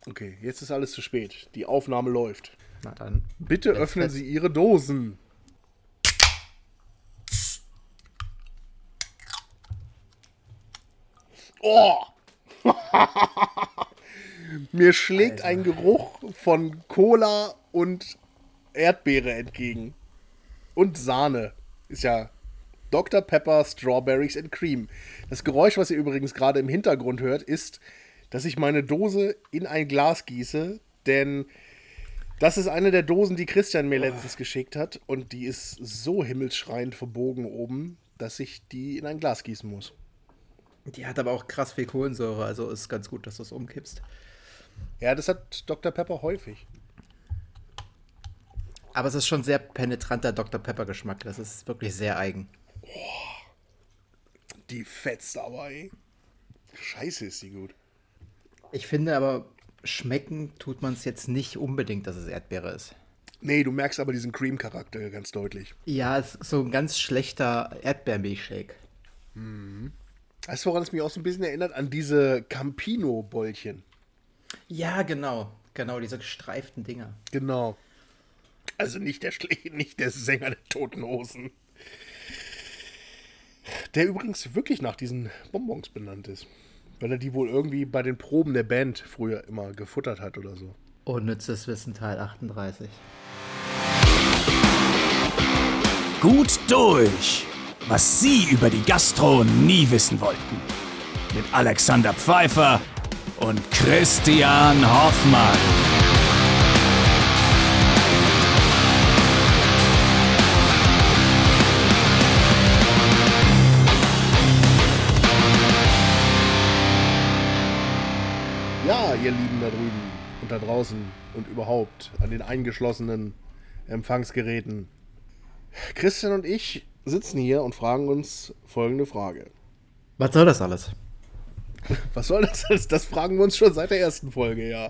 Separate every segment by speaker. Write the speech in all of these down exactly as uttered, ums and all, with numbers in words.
Speaker 1: Okay, jetzt ist alles zu spät. Die Aufnahme läuft.
Speaker 2: Na dann.
Speaker 1: Bitte
Speaker 2: Let's
Speaker 1: öffnen
Speaker 2: fest.
Speaker 1: Sie Ihre Dosen. Oh! Mir schlägt
Speaker 2: Alter.
Speaker 1: ein Geruch von Cola und Erdbeere entgegen. Und Sahne. Ist ja Doktor Pepper Strawberries and Cream. Das Geräusch, was ihr übrigens gerade im Hintergrund hört, ist, dass ich meine Dose in ein Glas gieße, denn das ist eine der Dosen, die Christian mir letztens geschickt hat und die ist so himmelsschreiend verbogen oben, dass ich die in ein Glas gießen muss.
Speaker 2: Die hat aber auch krass viel Kohlensäure, also ist ganz gut, dass du es umkippst.
Speaker 1: Ja, das hat Doktor Pepper häufig.
Speaker 2: Aber es ist schon sehr penetranter Doktor Pepper-Geschmack. Das ist wirklich sehr eigen.
Speaker 1: Die fetzt aber, ey. Scheiße ist die gut.
Speaker 2: Ich finde aber, schmecken tut man es jetzt nicht unbedingt, dass es Erdbeere ist.
Speaker 1: Nee, du merkst aber diesen Cream-Charakter ganz deutlich.
Speaker 2: Ja, es ist so ein ganz schlechter Erdbeermilchshake.
Speaker 1: Weißt du, woran es mich auch so ein bisschen erinnert? An diese Campino-Bällchen.
Speaker 2: Ja, genau. Genau, diese gestreiften Dinger.
Speaker 1: Genau. Also nicht der, Schle- nicht der Sänger der Toten Hosen. Der übrigens wirklich nach diesen Bonbons benannt ist. Weil er die wohl irgendwie bei den Proben der Band früher immer gefuttert hat oder so.
Speaker 2: Unnützes Wissen Teil achtunddreißig.
Speaker 3: Gut durch. Was Sie über die Gastro nie wissen wollten. Mit Alexander Pfeiffer und Christian Hoffmann.
Speaker 1: Ja, ihr Lieben da drüben und da draußen und überhaupt an den eingeschlossenen Empfangsgeräten. Christian und ich sitzen hier und fragen uns folgende Frage.
Speaker 2: Was soll das alles?
Speaker 1: Was soll das? Das, das fragen wir uns schon seit der ersten Folge, ja.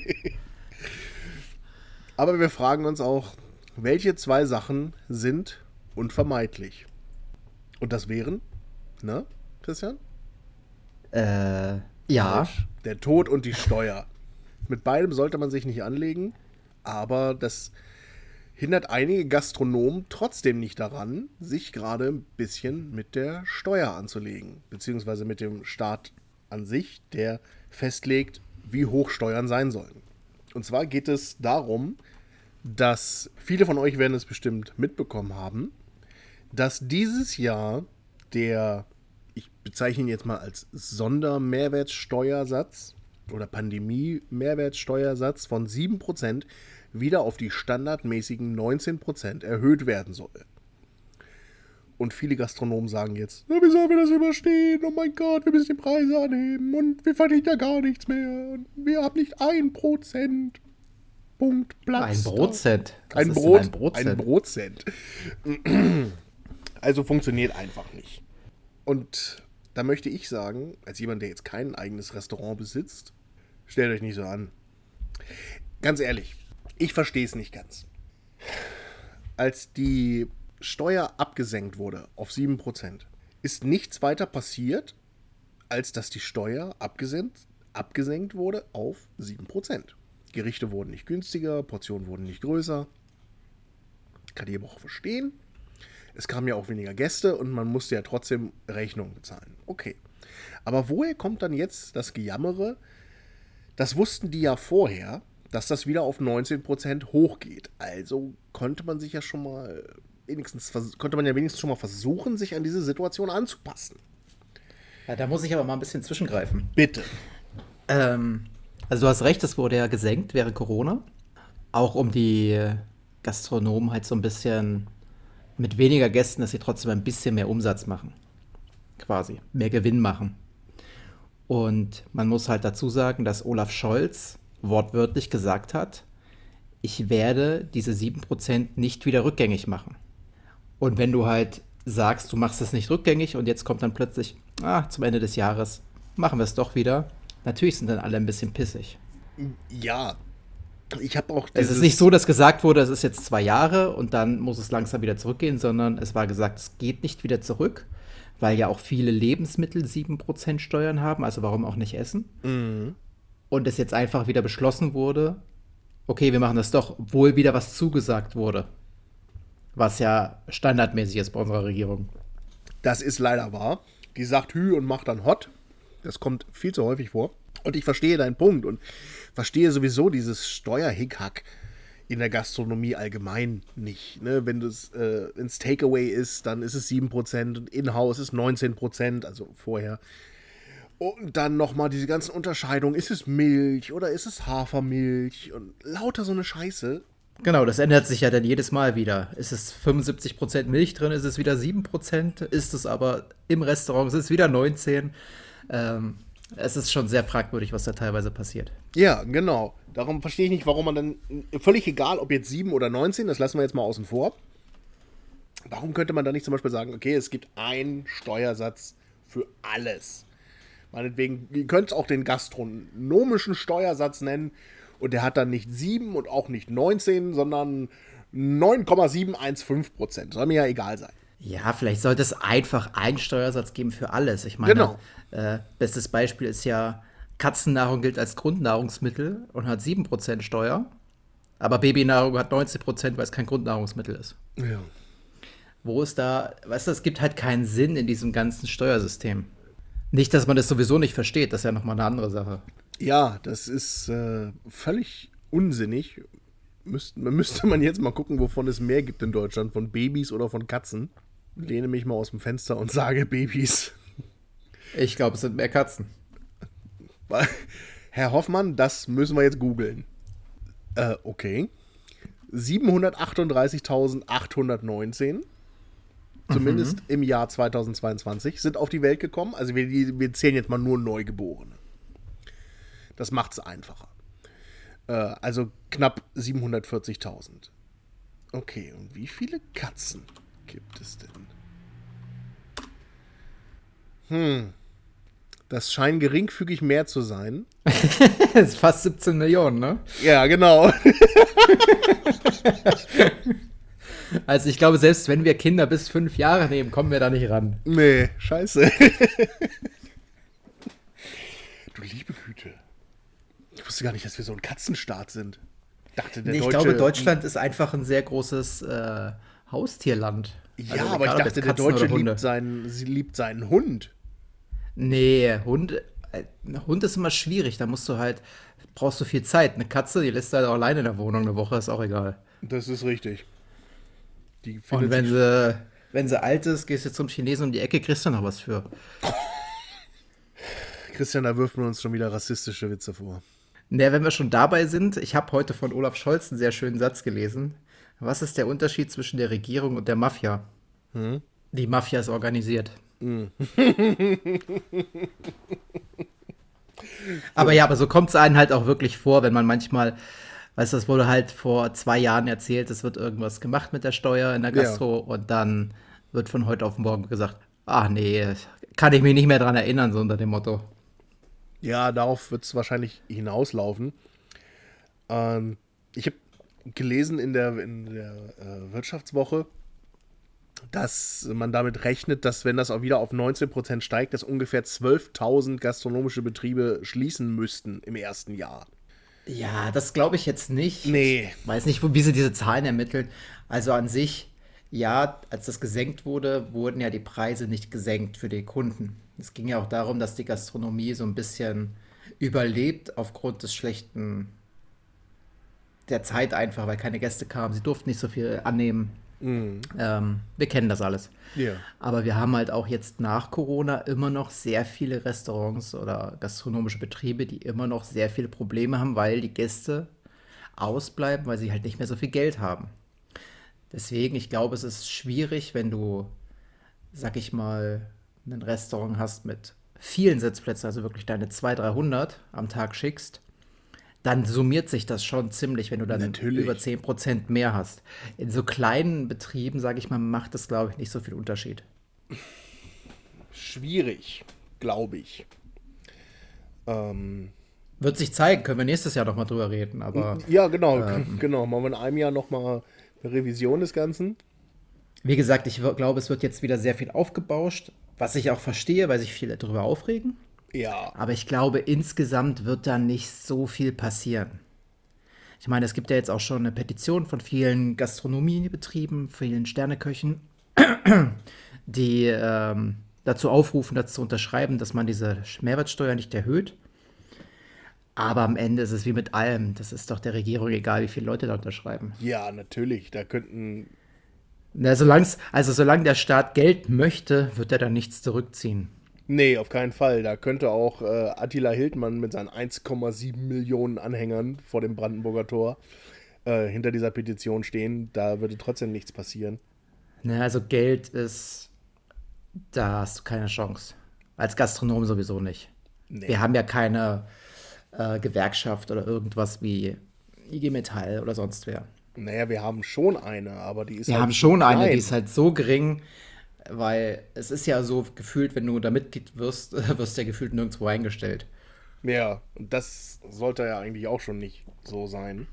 Speaker 1: Aber wir fragen uns auch, welche zwei Sachen sind unvermeidlich? Und das wären, ne, Christian?
Speaker 2: Äh, ja.
Speaker 1: Der Tod und die Steuer. Mit beidem sollte man sich nicht anlegen, aber das hindert einige Gastronomen trotzdem nicht daran, sich gerade ein bisschen mit der Steuer anzulegen, beziehungsweise mit dem Staat an sich, der festlegt, wie hoch Steuern sein sollen. Und zwar geht es darum, dass viele von euch werden es bestimmt mitbekommen haben, dass dieses Jahr der, ich bezeichne ihn jetzt mal als Sondermehrwertsteuersatz oder Pandemie-Mehrwertsteuersatz von sieben Prozent wieder auf die standardmäßigen neunzehn Prozent erhöht werden soll. Und viele Gastronomen sagen jetzt, na, wie sollen wir das überstehen? Oh mein Gott, wir müssen die Preise anheben und wir verdienen ja gar nichts mehr. Und wir haben nicht ein Prozent. Punkt Platz.
Speaker 2: Ein Brotzent. Was
Speaker 1: Ein
Speaker 2: ist denn
Speaker 1: Brot,
Speaker 2: ein Brotzent?
Speaker 1: ein Brotzent. Also funktioniert einfach nicht. Und da möchte ich sagen, als jemand, der jetzt kein eigenes Restaurant besitzt, stellt euch nicht so an. Ganz ehrlich, ich verstehe es nicht ganz. Als die Steuer abgesenkt wurde auf sieben Prozent, ist nichts weiter passiert, als dass die Steuer abgesenkt, abgesenkt wurde auf sieben Prozent. Gerichte wurden nicht günstiger, Portionen wurden nicht größer. Kann ich aber auch verstehen. Es kamen ja auch weniger Gäste und man musste ja trotzdem Rechnungen bezahlen. Okay. Aber woher kommt dann jetzt das Gejammere? Das wussten die ja vorher, dass das wieder auf neunzehn Prozent hochgeht. Also konnte man sich ja schon mal wenigstens, konnte man ja wenigstens schon mal versuchen, sich an diese Situation anzupassen.
Speaker 2: Ja, da muss ich aber mal ein bisschen zwischengreifen.
Speaker 1: Bitte.
Speaker 2: Ähm, also du hast recht, es wurde ja gesenkt während Corona. Auch um die Gastronomen halt so ein bisschen mit weniger Gästen, dass sie trotzdem ein bisschen mehr Umsatz machen. Quasi. Mehr Gewinn machen. Und man muss halt dazu sagen, dass Olaf Scholz wortwörtlich gesagt hat, ich werde diese sieben Prozent nicht wieder rückgängig machen. Und wenn du halt sagst, du machst es nicht rückgängig und jetzt kommt dann plötzlich, ah, zum Ende des Jahres machen wir es doch wieder, natürlich sind dann alle ein bisschen pissig.
Speaker 1: Ja, ich habe auch
Speaker 2: Es ist nicht so, dass gesagt wurde, es ist jetzt zwei Jahre und dann muss es langsam wieder zurückgehen, sondern es war gesagt, es geht nicht wieder zurück, weil ja auch viele Lebensmittel sieben Prozent Steuern haben, also warum auch nicht essen?
Speaker 1: Mhm.
Speaker 2: und es jetzt einfach wieder beschlossen wurde, okay, wir machen das doch, obwohl wieder was zugesagt wurde. Was ja standardmäßig ist bei unserer Regierung.
Speaker 1: Das ist leider wahr. Die sagt Hü und macht dann Hot. Das kommt viel zu häufig vor. Und ich verstehe deinen Punkt und verstehe sowieso dieses Steuerhickhack in der Gastronomie allgemein nicht. Ne? Wenn es äh, ins Takeaway ist, dann ist es sieben Prozent und in-house ist neunzehn Prozent, also vorher. Und dann nochmal diese ganzen Unterscheidungen. Ist es Milch oder ist es Hafermilch? Und lauter so eine Scheiße.
Speaker 2: Genau, das ändert sich ja dann jedes Mal wieder. Ist es fünfundsiebzig Prozent Milch drin, ist es wieder sieben Prozent, ist es aber im Restaurant, ist es wieder neunzehn. Ähm, es ist schon sehr fragwürdig, was da teilweise passiert.
Speaker 1: Ja, genau. Darum verstehe ich nicht, warum man dann, völlig egal, ob jetzt sieben oder neunzehn, das lassen wir jetzt mal außen vor. Warum könnte man da nicht zum Beispiel sagen, okay, es gibt einen Steuersatz für alles? Meinetwegen, ihr könnt es auch den gastronomischen Steuersatz nennen. Und der hat dann nicht sieben und auch nicht neunzehn, sondern neun Komma sieben eins fünf Prozent. Soll mir ja egal sein.
Speaker 2: Ja, vielleicht sollte es einfach einen Steuersatz geben für alles. Ich meine,
Speaker 1: Genau.
Speaker 2: äh, bestes Beispiel ist ja, Katzennahrung gilt als Grundnahrungsmittel und hat sieben Prozent Steuer. Aber Babynahrung hat neunzehn Prozent, weil es kein Grundnahrungsmittel ist.
Speaker 1: Ja.
Speaker 2: Wo ist da, weißt du, es gibt halt keinen Sinn in diesem ganzen Steuersystem. Nicht, dass man das sowieso nicht versteht, das ist ja nochmal eine andere Sache.
Speaker 1: Ja, das ist äh, völlig unsinnig. Müsst, müsste man jetzt mal gucken, wovon es mehr gibt in Deutschland, von Babys oder von Katzen. Lehne mich mal aus dem Fenster und sage Babys.
Speaker 2: Ich glaube, es sind mehr Katzen.
Speaker 1: Herr Hoffmann, das müssen wir jetzt googeln. Äh, okay. siebenhundertachtunddreißigtausendachthundertneunzehn, zumindest mhm. im Jahr zweitausendzweiundzwanzig, sind auf die Welt gekommen. Also wir, wir zählen jetzt mal nur Neugeborene. Das macht es einfacher. Äh, also knapp siebenhundertvierzigtausend. Okay, und wie viele Katzen gibt es denn? Hm. Das scheint geringfügig mehr zu sein.
Speaker 2: Das ist fast siebzehn Millionen, ne?
Speaker 1: Ja, genau.
Speaker 2: Also ich glaube, selbst wenn wir Kinder bis fünf Jahre nehmen, kommen wir da nicht ran.
Speaker 1: Nee, scheiße. Du liebe Güte. Ich wusste gar nicht, dass wir so ein Katzenstaat sind. Dachte, der
Speaker 2: Nee, ich
Speaker 1: Deutsche,
Speaker 2: glaube, Deutschland ist einfach ein sehr großes äh, Haustierland.
Speaker 1: Ja,
Speaker 2: Also
Speaker 1: aber ich
Speaker 2: egal, ob
Speaker 1: dachte,
Speaker 2: jetzt
Speaker 1: der
Speaker 2: Katzen
Speaker 1: Deutsche
Speaker 2: oder Hunde.
Speaker 1: liebt seinen, sie liebt seinen Hund.
Speaker 2: Nee, Hund, äh, ein Hund ist immer schwierig. Da musst du halt, brauchst du viel Zeit. Eine Katze, die lässt du halt auch alleine in der Wohnung eine Woche, ist auch egal.
Speaker 1: Das ist richtig. Die
Speaker 2: Und
Speaker 1: findet
Speaker 2: wenn
Speaker 1: sich-
Speaker 2: sie, wenn sie alt ist, gehst du zum Chinesen um die Ecke, kriegst du noch was für.
Speaker 1: Christian, da wirft man uns schon wieder rassistische Witze vor.
Speaker 2: Ne, wenn wir schon dabei sind, ich habe heute von Olaf Scholz einen sehr schönen Satz gelesen. Was ist der Unterschied zwischen der Regierung und der Mafia?
Speaker 1: Hm?
Speaker 2: Die Mafia ist organisiert. Aber ja, aber so kommt es einem halt auch wirklich vor, wenn man manchmal, weißt du, es wurde halt vor zwei Jahren erzählt, es wird irgendwas gemacht mit der Steuer in der Gastro und dann wird von heute auf morgen gesagt, ach nee, kann ich mich nicht mehr dran erinnern, so unter dem Motto.
Speaker 1: Ja, darauf wird es wahrscheinlich hinauslaufen. Ähm, ich habe gelesen in der, in der äh, Wirtschaftswoche, dass man damit rechnet, dass, wenn das auch wieder auf neunzehn Prozent steigt, dass ungefähr zwölftausend gastronomische Betriebe schließen müssten im ersten Jahr.
Speaker 2: Ja, das glaube ich jetzt nicht.
Speaker 1: Nee.
Speaker 2: Ich weiß nicht, wo, wie sie diese Zahlen ermitteln. Also an sich, ja, als das gesenkt wurde, wurden ja die Preise nicht gesenkt für die Kunden. Es ging ja auch darum, dass die Gastronomie so ein bisschen überlebt aufgrund des schlechten, der Zeit einfach, weil keine Gäste kamen. Sie durften nicht so viel annehmen.
Speaker 1: Mhm.
Speaker 2: Ähm, wir kennen das alles.
Speaker 1: Ja.
Speaker 2: Aber wir haben halt auch jetzt nach Corona immer noch sehr viele Restaurants oder gastronomische Betriebe, die immer noch sehr viele Probleme haben, weil die Gäste ausbleiben, weil sie halt nicht mehr so viel Geld haben. Deswegen, ich glaube, es ist schwierig, wenn du, sag ich mal, ein Restaurant hast mit vielen Sitzplätzen, also wirklich deine zweihundert, dreihundert am Tag schickst, dann summiert sich das schon ziemlich, wenn du dann
Speaker 1: Natürlich.
Speaker 2: über zehn Prozent mehr hast. In so kleinen Betrieben, sage ich mal, macht das, glaube ich, nicht so viel Unterschied.
Speaker 1: Schwierig, glaube ich. Ähm,
Speaker 2: Wird sich zeigen, können wir nächstes Jahr noch mal drüber reden, aber
Speaker 1: ja, genau,
Speaker 2: ähm,
Speaker 1: genau. Machen wir in einem Jahr nochmal eine Revision des Ganzen.
Speaker 2: wie gesagt, ich w- glaube, es wird jetzt wieder sehr viel aufgebauscht, was ich auch verstehe, weil sich viele darüber aufregen.
Speaker 1: Ja.
Speaker 2: Aber ich glaube, insgesamt wird da nicht so viel passieren. Ich meine, es gibt ja jetzt auch schon eine Petition von vielen Gastronomiebetrieben, vielen Sterneköchen, die ähm, dazu aufrufen, dazu zu unterschreiben, dass man diese Mehrwertsteuer nicht erhöht. Aber am Ende ist es wie mit allem. Das ist doch der Regierung egal, wie viele Leute da unterschreiben.
Speaker 1: Ja, natürlich. Da könnten.
Speaker 2: Na, solang's, also solange der Staat Geld möchte, wird er da nichts zurückziehen.
Speaker 1: Nee, auf keinen Fall. Da könnte auch äh, Attila Hildmann mit seinen eins Komma sieben Millionen Anhängern vor dem Brandenburger Tor äh, hinter dieser Petition stehen. Da würde trotzdem nichts passieren.
Speaker 2: Na, also Geld ist, da hast du keine Chance. Als Gastronom sowieso nicht.
Speaker 1: Nee.
Speaker 2: Wir haben ja keine äh, Gewerkschaft oder irgendwas wie I G Metall oder sonst wer.
Speaker 1: Naja, wir haben schon eine, aber die ist
Speaker 2: Wir
Speaker 1: halt
Speaker 2: haben schon
Speaker 1: klein.
Speaker 2: eine, die ist halt so gering, weil es ist ja so gefühlt, wenn du da Mitglied wirst, wirst du ja gefühlt nirgendwo eingestellt.
Speaker 1: Ja, und das sollte ja eigentlich auch schon nicht so sein.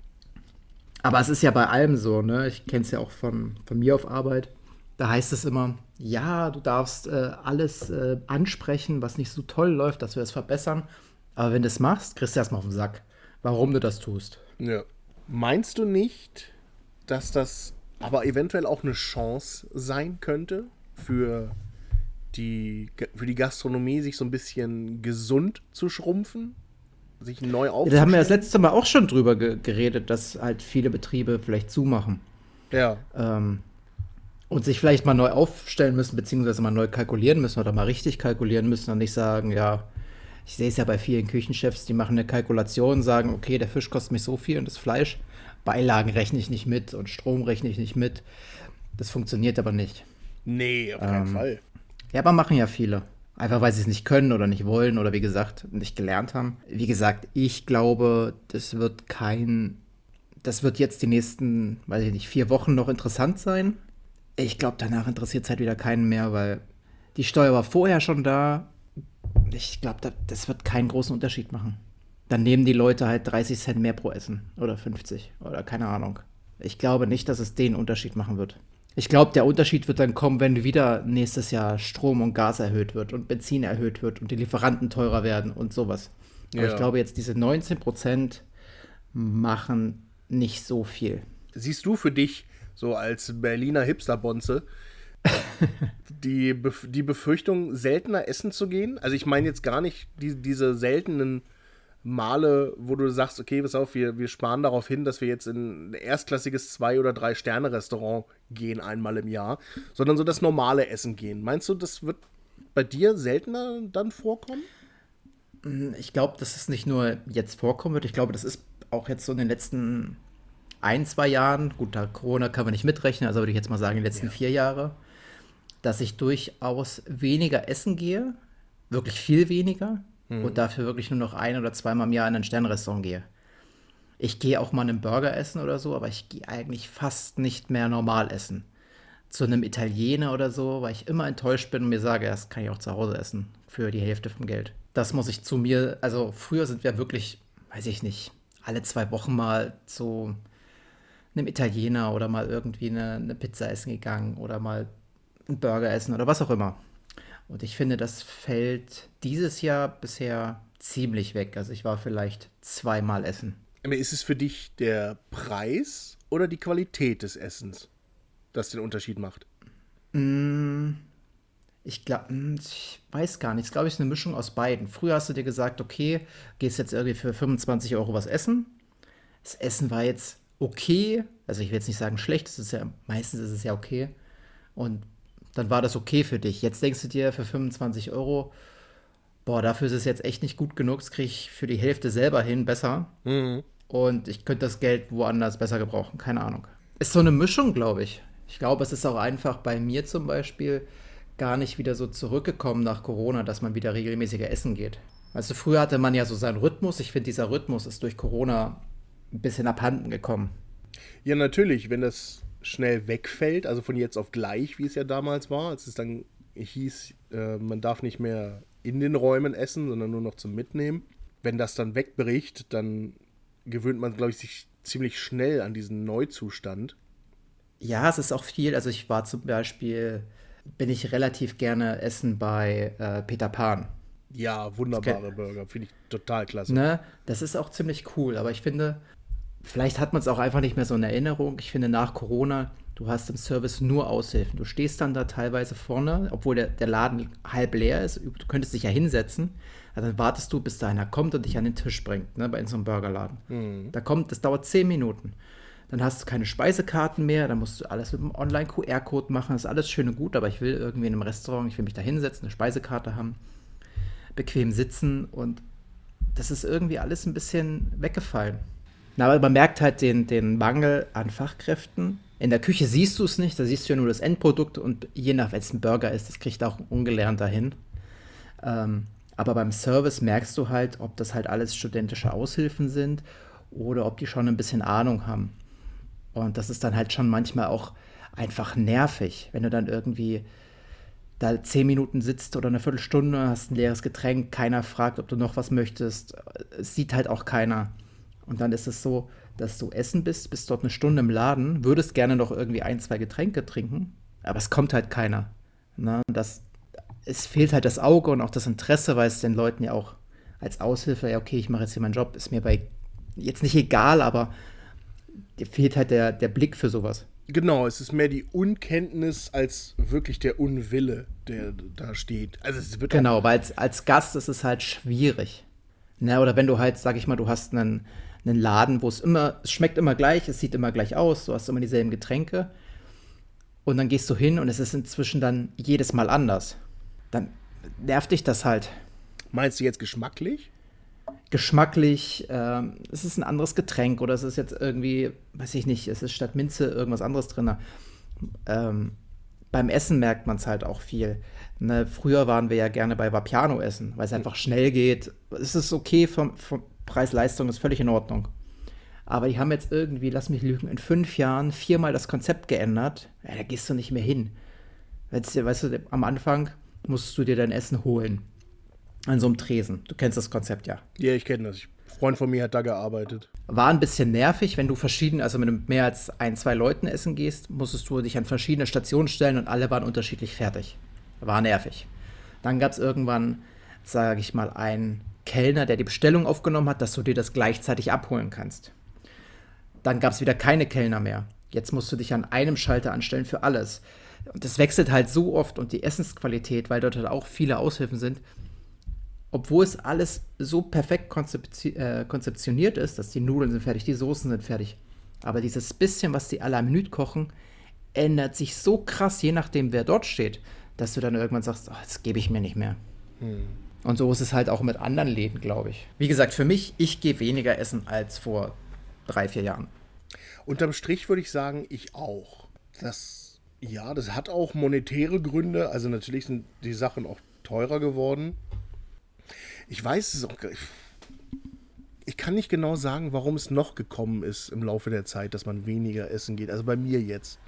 Speaker 2: Aber es ist ja bei allem so, ne? Ich kenne es ja auch von, von mir auf Arbeit. Da heißt es immer, ja, du darfst äh, alles äh, ansprechen, was nicht so toll läuft, dass wir es verbessern. Aber wenn du es machst, kriegst du erstmal auf den Sack, warum du das tust.
Speaker 1: Ja. Meinst du nicht, dass das aber eventuell auch eine Chance sein könnte für die, für die Gastronomie, sich so ein bisschen gesund zu schrumpfen? Sich neu
Speaker 2: Da
Speaker 1: aufzustellen?
Speaker 2: haben wir das letzte Mal auch schon drüber ge- geredet, dass halt viele Betriebe vielleicht zumachen.
Speaker 1: Ja.
Speaker 2: Ähm, und sich vielleicht mal neu aufstellen müssen, beziehungsweise mal neu kalkulieren müssen oder mal richtig kalkulieren müssen und nicht sagen, ja, ich sehe es ja bei vielen Küchenchefs, die machen eine Kalkulation, sagen, okay, der Fisch kostet mich so viel und das Fleisch, Beilagen rechne ich nicht mit und Strom rechne ich nicht mit. Das funktioniert aber nicht.
Speaker 1: Nee, auf keinen
Speaker 2: Ähm,
Speaker 1: Fall.
Speaker 2: Ja, aber machen ja viele. Einfach weil sie es nicht können oder nicht wollen oder wie gesagt, nicht gelernt haben. Wie gesagt, ich glaube, das wird kein, das wird jetzt die nächsten, weiß ich nicht, vier Wochen noch interessant sein. Ich glaube, danach interessiert es halt wieder keinen mehr, weil die Steuer war vorher schon da. Ich glaube, das, das wird keinen großen Unterschied machen. Dann nehmen die Leute halt dreißig Cent mehr pro Essen oder fünfzig oder keine Ahnung. Ich glaube nicht, dass es den Unterschied machen wird. Ich glaube, der Unterschied wird dann kommen, wenn wieder nächstes Jahr Strom und Gas erhöht wird und Benzin erhöht wird und die Lieferanten teurer werden und sowas. Aber
Speaker 1: Ja.
Speaker 2: ich glaube, jetzt diese neunzehn Prozent machen nicht so viel.
Speaker 1: Siehst du für dich, so als Berliner Hipsterbonze, die, Bef- die Befürchtung, seltener essen zu gehen? Also ich meine jetzt gar nicht die, diese seltenen Male, wo du sagst, okay, pass auf, wir, wir sparen darauf hin, dass wir jetzt in ein erstklassiges Zwei- oder Drei-Sterne-Restaurant gehen einmal im Jahr, sondern so das normale Essen gehen. Meinst du, das wird bei dir seltener dann vorkommen?
Speaker 2: Ich glaube, dass es nicht nur jetzt vorkommen wird. Ich glaube, das ist auch jetzt so in den letzten ein, zwei Jahren, gut, da Corona kann man nicht mitrechnen, also würde ich jetzt mal sagen, die letzten
Speaker 1: Ja.
Speaker 2: vier Jahre, dass ich durchaus weniger essen gehe, wirklich viel weniger und dafür wirklich nur noch ein oder zweimal im Jahr in ein Sternrestaurant gehe. Ich gehe auch mal einen Burger essen oder so, aber ich gehe eigentlich fast nicht mehr normal essen. Zu einem Italiener oder so, weil ich immer enttäuscht bin und mir sage, das kann ich auch zu Hause essen, für die Hälfte vom Geld. Das muss ich zu mir, also früher sind wir wirklich, weiß ich nicht, alle zwei Wochen mal zu einem Italiener oder mal irgendwie eine, eine Pizza essen gegangen oder mal einen Burger essen oder was auch immer. Und ich finde, das fällt dieses Jahr bisher ziemlich weg. Also ich war vielleicht zweimal essen.
Speaker 1: Aber ist es für dich der Preis oder die Qualität des Essens, das den Unterschied macht?
Speaker 2: Ich glaube, ich weiß gar nicht. Es ist, glaube ich, eine Mischung aus beiden. Früher hast du dir gesagt, okay, gehst jetzt irgendwie für fünfundzwanzig Euro was essen. Das Essen war jetzt okay. Also ich will jetzt nicht sagen schlecht, das ist ja, meistens ist es ja okay. Und dann war das okay für dich. Jetzt denkst du dir für fünfundzwanzig Euro, boah, dafür ist es jetzt echt nicht gut genug, das kriege ich für die Hälfte selber hin besser. Und ich könnte das Geld woanders besser gebrauchen, keine Ahnung. Ist so eine Mischung, glaube ich. Ich glaube, es ist auch einfach bei mir zum Beispiel gar nicht wieder so zurückgekommen nach Corona, dass man wieder regelmäßiger essen geht. Also früher hatte man ja so seinen Rhythmus. Ich finde, dieser Rhythmus ist durch Corona ein bisschen abhanden gekommen.
Speaker 1: Ja, natürlich, wenn das schnell wegfällt, also von jetzt auf gleich, wie es ja damals war, als es dann hieß, äh, man darf nicht mehr in den Räumen essen, sondern nur noch zum Mitnehmen. Wenn das dann wegbricht, dann gewöhnt man, glaube ich, sich ziemlich schnell an diesen Neuzustand.
Speaker 2: Ja, es ist auch viel. Also ich war zum Beispiel, bin ich relativ gerne essen bei äh, Peter Pan.
Speaker 1: Ja, wunderbare Burger. Finde ich total klasse.
Speaker 2: Ne? Das ist auch ziemlich cool, aber ich finde, vielleicht hat man es auch einfach nicht mehr so in Erinnerung. Ich finde, nach Corona, du hast im Service nur Aushilfen. Du stehst dann da teilweise vorne, obwohl der, der Laden halb leer ist. Du könntest dich ja hinsetzen. Also dann wartest du, bis da einer kommt und dich an den Tisch bringt, ne, bei so einem Burgerladen. Mhm. Da kommt, das dauert zehn Minuten. Dann hast du keine Speisekarten mehr, dann musst du alles mit einem Online-Q R-Code machen. Das ist alles schön und gut, aber ich will irgendwie in einem Restaurant, ich will mich da hinsetzen, eine Speisekarte haben, bequem sitzen und das ist irgendwie alles ein bisschen weggefallen. Na, aber man merkt halt den, den Mangel an Fachkräften. In der Küche siehst du es nicht, da siehst du ja nur das Endprodukt und je nach, wenn es ein Burger ist, das kriegt auch ein Ungelernter hin. Ähm, aber beim Service merkst du halt, ob das halt alles studentische Aushilfen sind oder ob die schon ein bisschen Ahnung haben. Und das ist dann halt schon manchmal auch einfach nervig, wenn du dann irgendwie da zehn Minuten sitzt oder eine Viertelstunde, hast ein leeres Getränk, keiner fragt, ob du noch was möchtest. Es sieht halt auch keiner. Und dann ist es so, dass du essen bist, bist dort eine Stunde im Laden, würdest gerne noch irgendwie ein, zwei Getränke trinken, aber es kommt halt keiner. Na, das, es fehlt halt das Auge und auch das Interesse, weil es den Leuten ja auch als Aushilfe, ja okay, ich mache jetzt hier meinen Job, ist mir bei jetzt nicht egal, aber dir fehlt halt der, der Blick für sowas.
Speaker 1: Genau, es ist mehr die Unkenntnis als wirklich der Unwille, der da steht. Also es wird
Speaker 2: genau, weil als, als Gast ist es halt schwierig. Na, oder wenn du halt, sag ich mal, du hast einen, einen Laden, wo es immer, es schmeckt immer gleich, es sieht immer gleich aus, du hast immer dieselben Getränke und dann gehst du hin und es ist inzwischen dann jedes Mal anders. Dann nervt dich das halt.
Speaker 1: Meinst du jetzt geschmacklich?
Speaker 2: Geschmacklich, ähm, es ist ein anderes Getränk oder es ist jetzt irgendwie, weiß ich nicht, es ist statt Minze irgendwas anderes drin. Ähm, beim Essen merkt man es halt auch viel. Ne, früher waren wir ja gerne bei Vapiano essen, weil es einfach schnell geht. Es ist okay, vom, vom Preis-Leistung ist völlig in Ordnung. Aber die haben jetzt irgendwie, lass mich lügen, in fünf Jahren viermal das Konzept geändert. Ja, da gehst du nicht mehr hin. Weißt du, weißt du, am Anfang musst du dir dein Essen holen. An so einem Tresen. Du kennst das Konzept ja.
Speaker 1: Ja, ich kenne das. Ein Freund von mir hat da gearbeitet.
Speaker 2: War ein bisschen nervig, wenn du verschieden, also mit mehr als ein, zwei Leuten essen gehst, musstest du dich an verschiedene Stationen stellen und alle waren unterschiedlich fertig. War nervig. Dann gab es irgendwann, sage ich mal, einen Kellner, der die Bestellung aufgenommen hat, dass du dir das gleichzeitig abholen kannst. Dann gab es wieder keine Kellner mehr. Jetzt musst du dich an einem Schalter anstellen für alles. Und das wechselt halt so oft und die Essensqualität, weil dort halt auch viele Aushilfen sind, obwohl es alles so perfekt konzepti- äh, konzeptioniert ist, dass die Nudeln sind fertig, die Soßen sind fertig. Aber dieses bisschen, was die alle am Minute kochen, ändert sich so krass, je nachdem, wer dort steht, dass du dann irgendwann sagst, oh, das gebe ich mir nicht mehr. Hm. Und so ist es halt auch mit anderen Läden, glaube ich. Wie gesagt, für mich, ich gehe weniger essen als vor drei, vier Jahren.
Speaker 1: Unterm Strich würde ich sagen, ich auch. Das, ja, das hat auch monetäre Gründe. Also natürlich sind die Sachen auch teurer geworden. Ich weiß es auch gar nicht. Ich kann nicht genau sagen, warum es noch gekommen ist im Laufe der Zeit, dass man weniger essen geht. Also bei mir jetzt.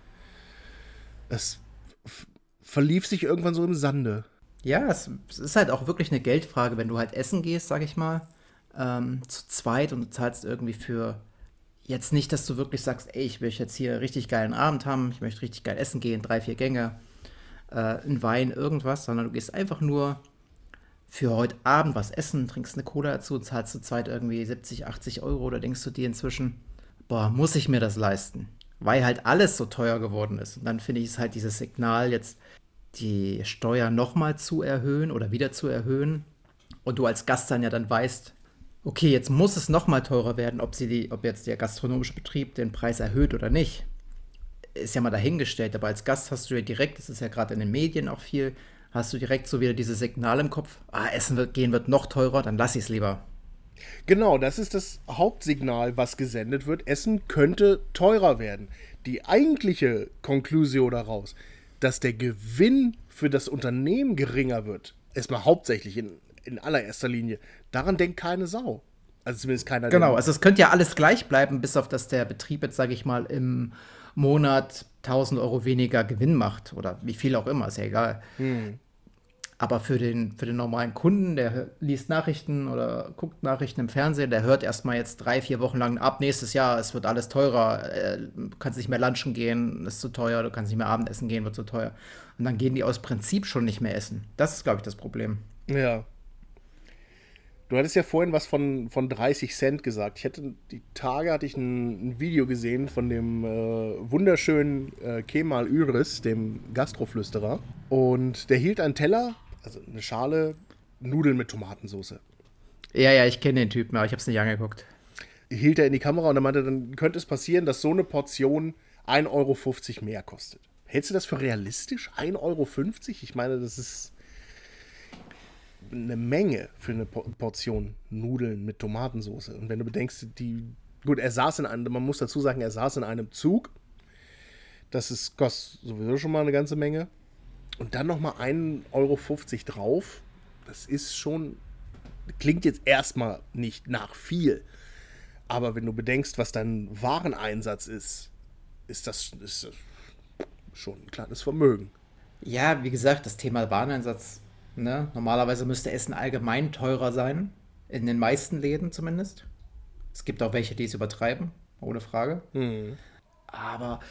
Speaker 1: Es f- verlief sich irgendwann so im Sande.
Speaker 2: Ja, es, es ist halt auch wirklich eine Geldfrage, wenn du halt essen gehst, sag ich mal, ähm, zu zweit und du zahlst irgendwie für jetzt nicht, dass du wirklich sagst, ey, ich möchte jetzt hier richtig geilen Abend haben, ich möchte richtig geil essen gehen, drei, vier Gänge, äh, ein Wein, irgendwas, sondern du gehst einfach nur für heute Abend was essen, trinkst eine Cola dazu und zahlst zu zweit irgendwie siebzig, achtzig Euro oder denkst du dir inzwischen, boah, muss ich mir das leisten? Weil halt alles so teuer geworden ist. Und dann finde ich es halt dieses Signal, jetzt die Steuer nochmal zu erhöhen oder wieder zu erhöhen und du als Gast dann ja dann weißt, okay, jetzt muss es nochmal teurer werden, ob, sie die, ob jetzt der gastronomische Betrieb den Preis erhöht oder nicht, ist ja mal dahingestellt. Aber als Gast hast du ja direkt, das ist ja gerade in den Medien auch viel, hast du direkt so wieder dieses Signal im Kopf, ah, Essen wird, gehen wird noch teurer, dann lass ich es lieber.
Speaker 1: Genau, das ist das Hauptsignal, was gesendet wird. Essen könnte teurer werden. Die eigentliche Konklusion daraus, dass der Gewinn für das Unternehmen geringer wird, erstmal hauptsächlich in, in allererster Linie, daran denkt keine Sau. Also zumindest keiner.
Speaker 2: Genau, also es könnte ja alles gleich bleiben, bis auf dass der Betrieb jetzt, sage ich mal, im Monat tausend Euro weniger Gewinn macht oder wie viel auch immer, ist ja egal. Hm. Aber für den, für den normalen Kunden, der liest Nachrichten oder guckt Nachrichten im Fernsehen, der hört erstmal jetzt drei, vier Wochen lang ab, nächstes Jahr, es wird alles teurer, du kannst nicht mehr lunchen gehen, ist zu teuer, du kannst nicht mehr Abendessen gehen, wird zu teuer. Und dann gehen die aus Prinzip schon nicht mehr essen. Das ist, glaube ich, das Problem.
Speaker 1: Ja. Du hattest ja vorhin was von, von dreißig Cent gesagt. Ich hatte, die Tage hatte ich ein, ein Video gesehen von dem äh, wunderschönen äh, Kemal Üris, dem Gastroflüsterer. Und der hielt einen Teller, also eine Schale Nudeln mit Tomatensauce.
Speaker 2: Ja, ja, ich kenne den Typen, aber ich habe es nicht angeguckt.
Speaker 1: Hielt er in die Kamera und er meinte, dann könnte es passieren, dass so eine Portion ein Euro fünfzig mehr kostet. Hältst du das für realistisch? ein Euro fünfzig? Ich meine, das ist eine Menge für eine Portion Nudeln mit Tomatensauce. Und wenn du bedenkst, die, gut, er saß in einem, man muss dazu sagen, er saß in einem Zug. Das ist, kostet sowieso schon mal eine ganze Menge. Und dann nochmal ein Euro fünfzig drauf. Das ist schon, klingt jetzt erstmal nicht nach viel. Aber wenn du bedenkst, was dein Wareneinsatz ist, ist das, ist das schon ein kleines Vermögen.
Speaker 2: Ja, wie gesagt, das Thema Wareneinsatz, ne? Normalerweise müsste Essen allgemein teurer sein. In den meisten Läden zumindest. Es gibt auch welche, die es übertreiben, ohne Frage.
Speaker 1: Hm.
Speaker 2: Aber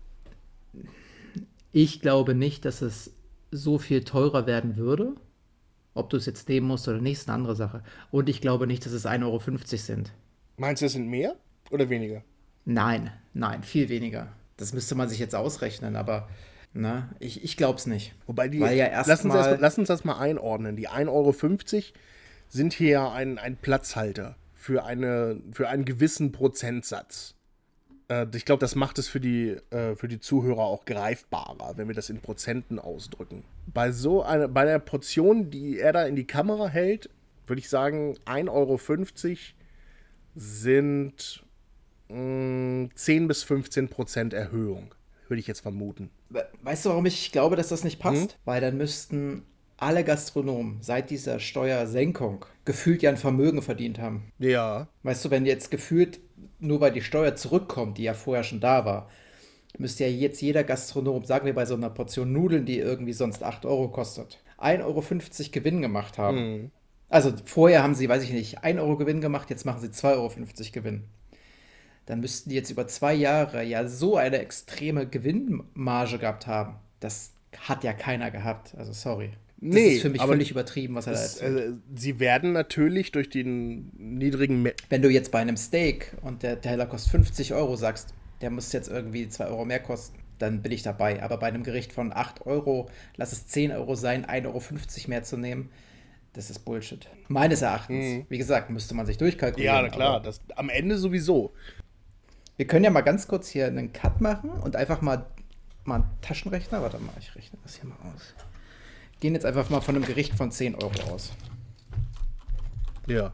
Speaker 2: ich glaube nicht, dass es so viel teurer werden würde. Ob du es jetzt nehmen musst oder nicht, ist eine andere Sache. Und ich glaube nicht, dass es ein Euro fünfzig sind.
Speaker 1: Meinst du, es sind mehr oder weniger?
Speaker 2: Nein, nein, viel weniger. Das müsste man sich jetzt ausrechnen, aber ne, ich, ich glaube es nicht.
Speaker 1: Wobei die,
Speaker 2: Weil ja erst
Speaker 1: lass, uns
Speaker 2: mal,
Speaker 1: das, lass uns das mal einordnen. Die ein Euro fünfzig sind hier ein, ein Platzhalter für, eine, für einen gewissen Prozentsatz. Äh, ich glaube, das macht es für die, äh, für die Zuhörer auch greifbarer, wenn wir das in Prozenten ausdrücken. Bei so einer, bei der Portion, die er da in die Kamera hält, würde ich sagen, ein Euro fünfzig sind mh, zehn bis fünfzehn Prozent Erhöhung, würde ich jetzt vermuten.
Speaker 2: Weißt du, warum ich glaube, dass das nicht passt?
Speaker 1: Hm?
Speaker 2: Weil dann müssten alle Gastronomen seit dieser Steuersenkung gefühlt ja ein Vermögen verdient haben.
Speaker 1: Ja.
Speaker 2: Weißt du, wenn jetzt gefühlt, nur weil die Steuer zurückkommt, die ja vorher schon da war, müsste ja jetzt jeder Gastronom, sagen wir bei so einer Portion Nudeln, die irgendwie sonst acht Euro kostet, ein Euro fünfzig Gewinn gemacht haben.
Speaker 1: Hm.
Speaker 2: Also vorher haben sie, weiß ich nicht, ein Euro Gewinn gemacht, jetzt machen sie zwei Euro fünfzig Gewinn. Dann müssten die jetzt über zwei Jahre ja so eine extreme Gewinnmarge gehabt haben. Das hat ja keiner gehabt. Also sorry. Das
Speaker 1: Nee,
Speaker 2: ist für mich
Speaker 1: aber
Speaker 2: völlig übertrieben, was er da
Speaker 1: Es,
Speaker 2: erzählt.
Speaker 1: äh, sie werden natürlich durch den niedrigen Me
Speaker 2: Wenn du jetzt bei einem Steak und der Teller kostet fünfzig Euro sagst, der muss jetzt irgendwie zwei Euro mehr kosten, dann bin ich dabei. Aber bei einem Gericht von acht Euro, lass es zehn Euro sein, ein Euro fünfzig mehr zu nehmen, das ist Bullshit. Meines Erachtens.
Speaker 1: Mhm.
Speaker 2: Wie gesagt, müsste man sich durchkalkulieren.
Speaker 1: Ja, na klar,
Speaker 2: aber
Speaker 1: das, am Ende sowieso.
Speaker 2: wir können ja mal ganz kurz hier einen Cut machen und einfach mal, mal einen Taschenrechner. Warte mal, ich rechne das hier mal aus. Gehen jetzt einfach mal von einem Gericht von zehn Euro aus.
Speaker 1: Ja.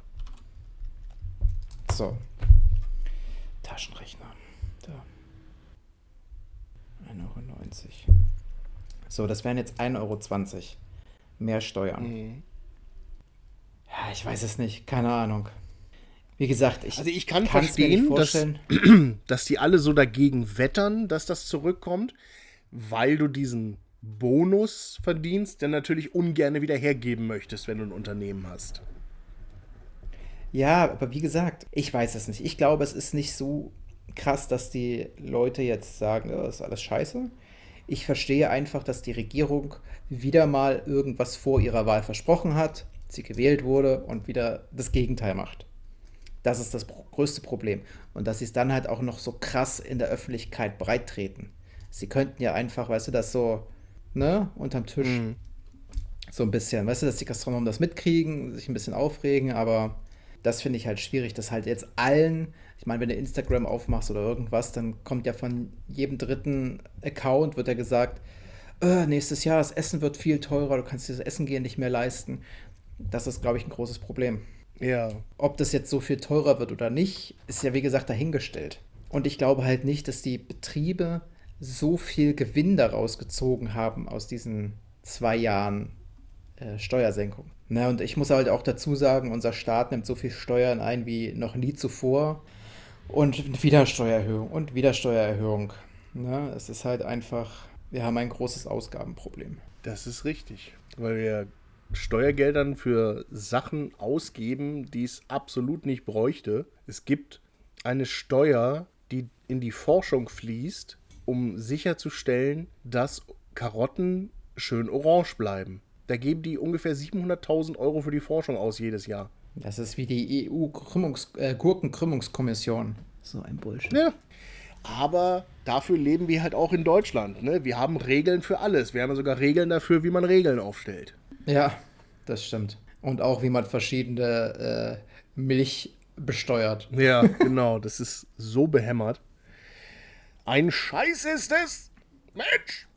Speaker 2: So. Taschenrechner. Da. ein Euro neunzig. So, das wären jetzt ein Euro zwanzig. Mehr Steuern.
Speaker 1: Mhm.
Speaker 2: Ja, ich weiß es nicht. Keine Ahnung. Wie gesagt, ich
Speaker 1: Also ich kann
Speaker 2: kann's mir nicht
Speaker 1: verstehen, dass,
Speaker 2: vorstellen.
Speaker 1: dass die alle so dagegen wettern, dass das zurückkommt, weil du diesen Bonus verdienst, der natürlich ungern wieder hergeben möchtest, wenn du ein Unternehmen hast.
Speaker 2: Ja, aber wie gesagt, ich weiß es nicht. Ich glaube, es ist nicht so krass, dass die Leute jetzt sagen, oh, das ist alles scheiße. Ich verstehe einfach, dass die Regierung wieder mal irgendwas vor ihrer Wahl versprochen hat, sie gewählt wurde und wieder das Gegenteil macht. Das ist das pro- größte Problem. Und dass sie es dann halt auch noch so krass in der Öffentlichkeit breittreten. Sie könnten ja einfach, weißt du, das so, ne, unterm Tisch
Speaker 1: Mhm.
Speaker 2: so ein bisschen, weißt du, dass die Gastronomen das mitkriegen, sich ein bisschen aufregen, aber das finde ich halt schwierig, dass halt jetzt allen, ich meine, wenn du Instagram aufmachst oder irgendwas, dann kommt ja von jedem dritten Account, wird ja gesagt, äh, nächstes Jahr, das Essen wird viel teurer, du kannst dir das Essen gehen nicht mehr leisten. Das ist, glaube ich, ein großes Problem.
Speaker 1: Ja.
Speaker 2: Ob das jetzt so viel teurer wird oder nicht, ist ja wie gesagt dahingestellt. Und ich glaube halt nicht, dass die Betriebe so viel Gewinn daraus gezogen haben aus diesen zwei Jahren äh, Steuersenkung. Na, und ich muss halt auch dazu sagen, unser Staat nimmt so viel Steuern ein wie noch nie zuvor. Und wieder Steuererhöhung und wieder Steuererhöhung. Na, es ist halt einfach, wir haben ein großes Ausgabenproblem.
Speaker 1: Das ist richtig, weil wir Steuergeldern für Sachen ausgeben, die es absolut nicht bräuchte. Es gibt eine Steuer, die in die Forschung fließt, um sicherzustellen, dass Karotten schön orange bleiben. Da geben die ungefähr siebenhunderttausend Euro für die Forschung aus jedes Jahr.
Speaker 2: Das ist wie die E U-Gurkenkrümmungskommission. So ein Bullshit.
Speaker 1: Ja. Aber dafür leben wir halt auch in Deutschland. Ne? Wir haben Regeln für alles. Wir haben ja sogar Regeln dafür, wie man Regeln aufstellt.
Speaker 2: Ja, das stimmt. Und auch, wie man verschiedene äh, Milch besteuert.
Speaker 1: Ja, genau. Das ist so behämmert. Ein Scheiß ist es! Mensch!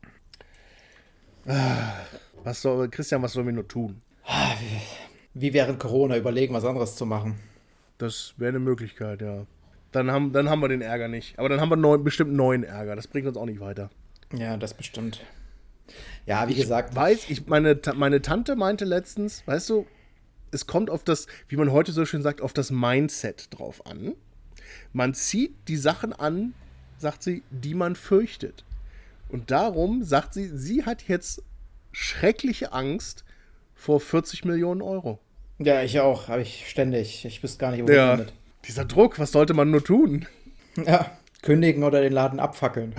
Speaker 1: Was soll, Christian, was sollen wir nur tun?
Speaker 2: Wie während Corona überlegen, was anderes zu machen.
Speaker 1: Das wäre eine Möglichkeit, ja. Dann haben, dann haben wir den Ärger nicht. Aber dann haben wir neu, bestimmt neuen Ärger. Das bringt uns auch nicht weiter.
Speaker 2: Ja, das bestimmt. Ja, wie
Speaker 1: Ich
Speaker 2: gesagt.
Speaker 1: weiß, ich, meine, Ta- meine Tante meinte letztens, weißt du, es kommt auf das, wie man heute so schön sagt, auf das Mindset drauf an. Man zieht die Sachen an, sagt sie, die man fürchtet. Und darum sagt sie, sie hat jetzt schreckliche Angst vor vierzig Millionen Euro.
Speaker 2: Ja, ich auch. Habe ich ständig. Ich wüsste gar nicht, wo
Speaker 1: Ja,
Speaker 2: ich damit.
Speaker 1: dieser Druck, was sollte man nur tun?
Speaker 2: Ja, kündigen oder den Laden abfackeln.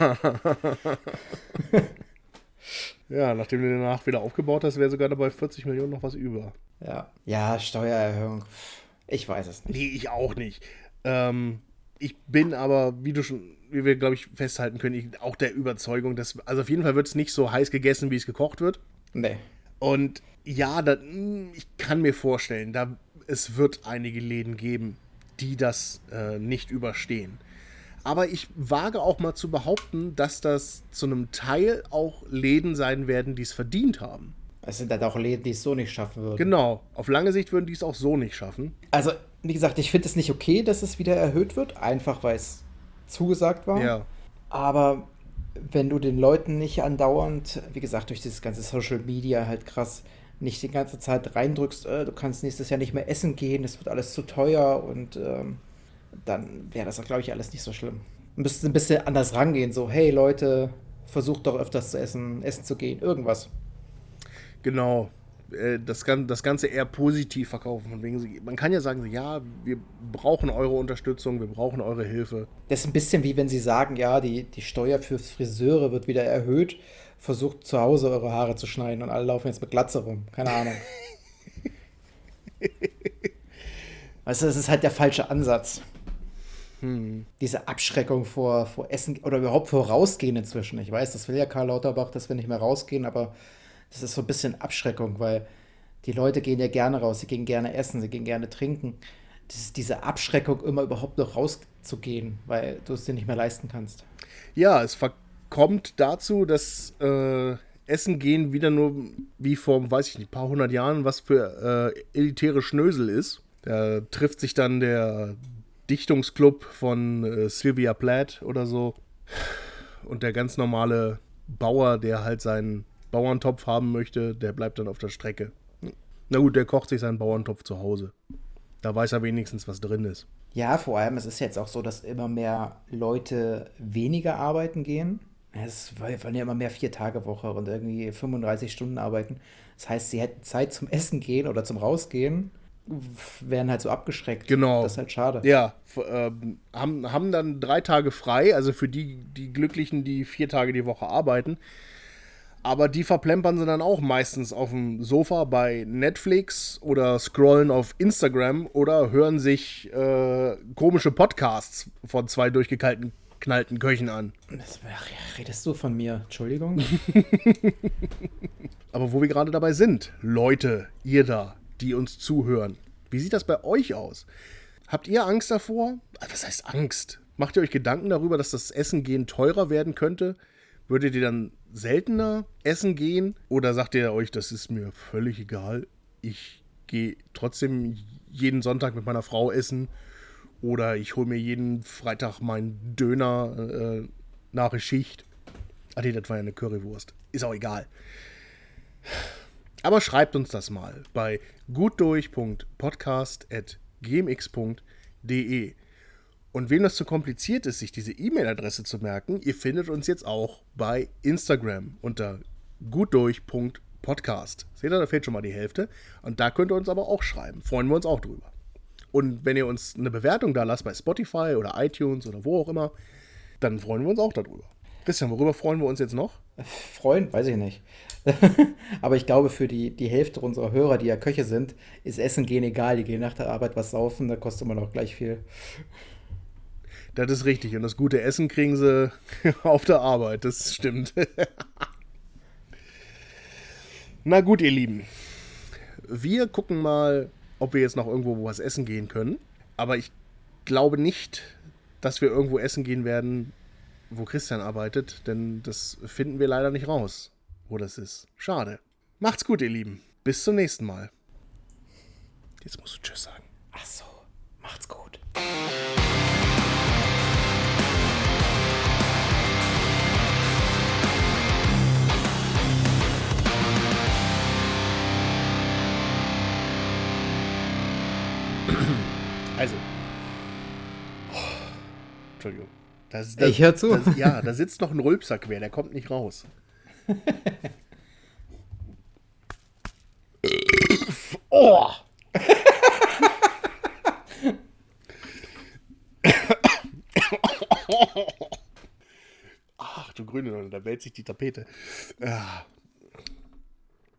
Speaker 1: Ja, nachdem du danach wieder aufgebaut hast, wäre sogar dabei vierzig Millionen noch was über.
Speaker 2: Ja. Ja, Steuererhöhung. Ich weiß es nicht.
Speaker 1: Nee, ich auch nicht. Ähm, ich bin aber, wie du schon, wie wir, glaube ich, festhalten können, ich, auch der Überzeugung, dass, also auf jeden Fall wird es nicht so heiß gegessen, wie es gekocht wird.
Speaker 2: Nee.
Speaker 1: Und ja, da, ich kann mir vorstellen, da, es wird einige Läden geben, die das äh, nicht überstehen. Aber ich wage auch mal zu behaupten, dass das zu einem Teil auch Läden sein werden, die es verdient haben.
Speaker 2: Es sind halt auch Läden, die es so nicht schaffen würden.
Speaker 1: Genau, auf lange Sicht würden die es auch so nicht schaffen.
Speaker 2: Also, wie gesagt, ich finde es nicht okay, dass es wieder erhöht wird, einfach weil es zugesagt war.
Speaker 1: Ja.
Speaker 2: Aber wenn du den Leuten nicht andauernd, wie gesagt, durch dieses ganze Social Media halt krass, nicht die ganze Zeit reindrückst, äh, du kannst nächstes Jahr nicht mehr essen gehen, es wird alles zu teuer und ähm, dann wäre das, glaube ich, alles nicht so schlimm. Du müsstest ein bisschen anders rangehen, so, hey Leute, versucht doch öfters zu essen, essen zu gehen, irgendwas.
Speaker 1: Genau. Äh, Das, Gan- das Ganze eher positiv verkaufen. Von wegen, sie- man kann ja sagen, so, ja, wir brauchen eure Unterstützung, wir brauchen eure Hilfe.
Speaker 2: Das ist ein bisschen wie wenn sie sagen, ja, die, die Steuer für Friseure wird wieder erhöht, versucht zu Hause eure Haare zu schneiden und alle laufen jetzt mit Glatze rum. Keine Ahnung. Weißt du, das ist halt der falsche Ansatz.
Speaker 1: Hm.
Speaker 2: Diese Abschreckung vor, vor Essen oder überhaupt vor Rausgehen inzwischen. Ich weiß, das will ja Karl Lauterbach, dass wir nicht mehr rausgehen, aber das ist so ein bisschen Abschreckung, weil die Leute gehen ja gerne raus, sie gehen gerne essen, sie gehen gerne trinken. Das ist diese Abschreckung, immer überhaupt noch rauszugehen, weil du es dir nicht mehr leisten kannst.
Speaker 1: Ja, es verkommt dazu, dass äh, Essen gehen wieder nur wie vor, weiß ich nicht, paar hundert Jahren, was für äh, elitäre Schnösel ist. Da trifft sich dann der Dichtungsclub von äh, Sylvia Plath oder so und der ganz normale Bauer, der halt seinen Bauerntopf haben möchte, der bleibt dann auf der Strecke. Na gut, der kocht sich seinen Bauerntopf zu Hause. Da weiß er wenigstens, was drin ist.
Speaker 2: Ja, vor allem, es ist jetzt auch so, dass immer mehr Leute weniger arbeiten gehen. Es wollen ja immer mehr Vier-Tage-Woche und irgendwie fünfunddreißig Stunden arbeiten. Das heißt, sie hätten Zeit zum Essen gehen oder zum Rausgehen, werden halt so abgeschreckt.
Speaker 1: Genau.
Speaker 2: Das ist halt schade.
Speaker 1: Ja, f- ähm, haben, haben dann drei Tage frei, also für die, die Glücklichen, die vier Tage die Woche arbeiten. Aber die verplempern sie dann auch meistens auf dem Sofa bei Netflix oder scrollen auf Instagram oder hören sich äh, komische Podcasts von zwei durchgeknallten knallten Köchen an.
Speaker 2: Das, ach, redest du von mir? Entschuldigung?
Speaker 1: Aber wo wir gerade dabei sind, Leute, ihr da, die uns zuhören, wie sieht das bei euch aus? Habt ihr Angst davor? Was heißt Angst? Macht ihr euch Gedanken darüber, dass das Essen gehen teurer werden könnte? Würdet ihr dann seltener essen gehen? Oder sagt ihr euch, das ist mir völlig egal, ich gehe trotzdem jeden Sonntag mit meiner Frau essen oder ich hole mir jeden Freitag meinen Döner äh, nach der Schicht? Ah nee, das war ja eine Currywurst. Ist auch egal. Aber schreibt uns das mal bei gutdurch punkt podcast at gmx punkt de. Und wem das zu kompliziert ist, sich diese E-Mail-Adresse zu merken, ihr findet uns jetzt auch bei Instagram unter gutdurch punkt podcast. Seht ihr, da fehlt schon mal die Hälfte. Und da könnt ihr uns aber auch schreiben. Freuen wir uns auch drüber. Und wenn ihr uns eine Bewertung da lasst bei Spotify oder iTunes oder wo auch immer, dann freuen wir uns auch darüber. Christian, worüber freuen wir uns jetzt noch?
Speaker 2: Freuen, weiß ich nicht. Aber ich glaube, für die, die Hälfte unserer Hörer, die ja Köche sind, ist Essen gehen egal. Die gehen nach der Arbeit was saufen, da kostet man auch gleich viel.
Speaker 1: Das ist richtig. Und das gute Essen kriegen sie auf der Arbeit. Das stimmt. Na gut, ihr Lieben. Wir gucken mal, ob wir jetzt noch irgendwo wo was essen gehen können. Aber ich glaube nicht, dass wir irgendwo essen gehen werden, wo Christian arbeitet. Denn das finden wir leider nicht raus, wo das ist. Schade. Macht's gut, ihr Lieben. Bis zum nächsten Mal. Jetzt musst du Tschüss sagen.
Speaker 2: Ach so, macht's gut.
Speaker 1: Also. Oh, Entschuldigung. Das, das,
Speaker 2: Ich hör zu.
Speaker 1: Das, ja, da sitzt noch ein Rülpser quer, der kommt nicht raus. Oh! Ach du grüne Neune, da wälzt sich die Tapete. Ah.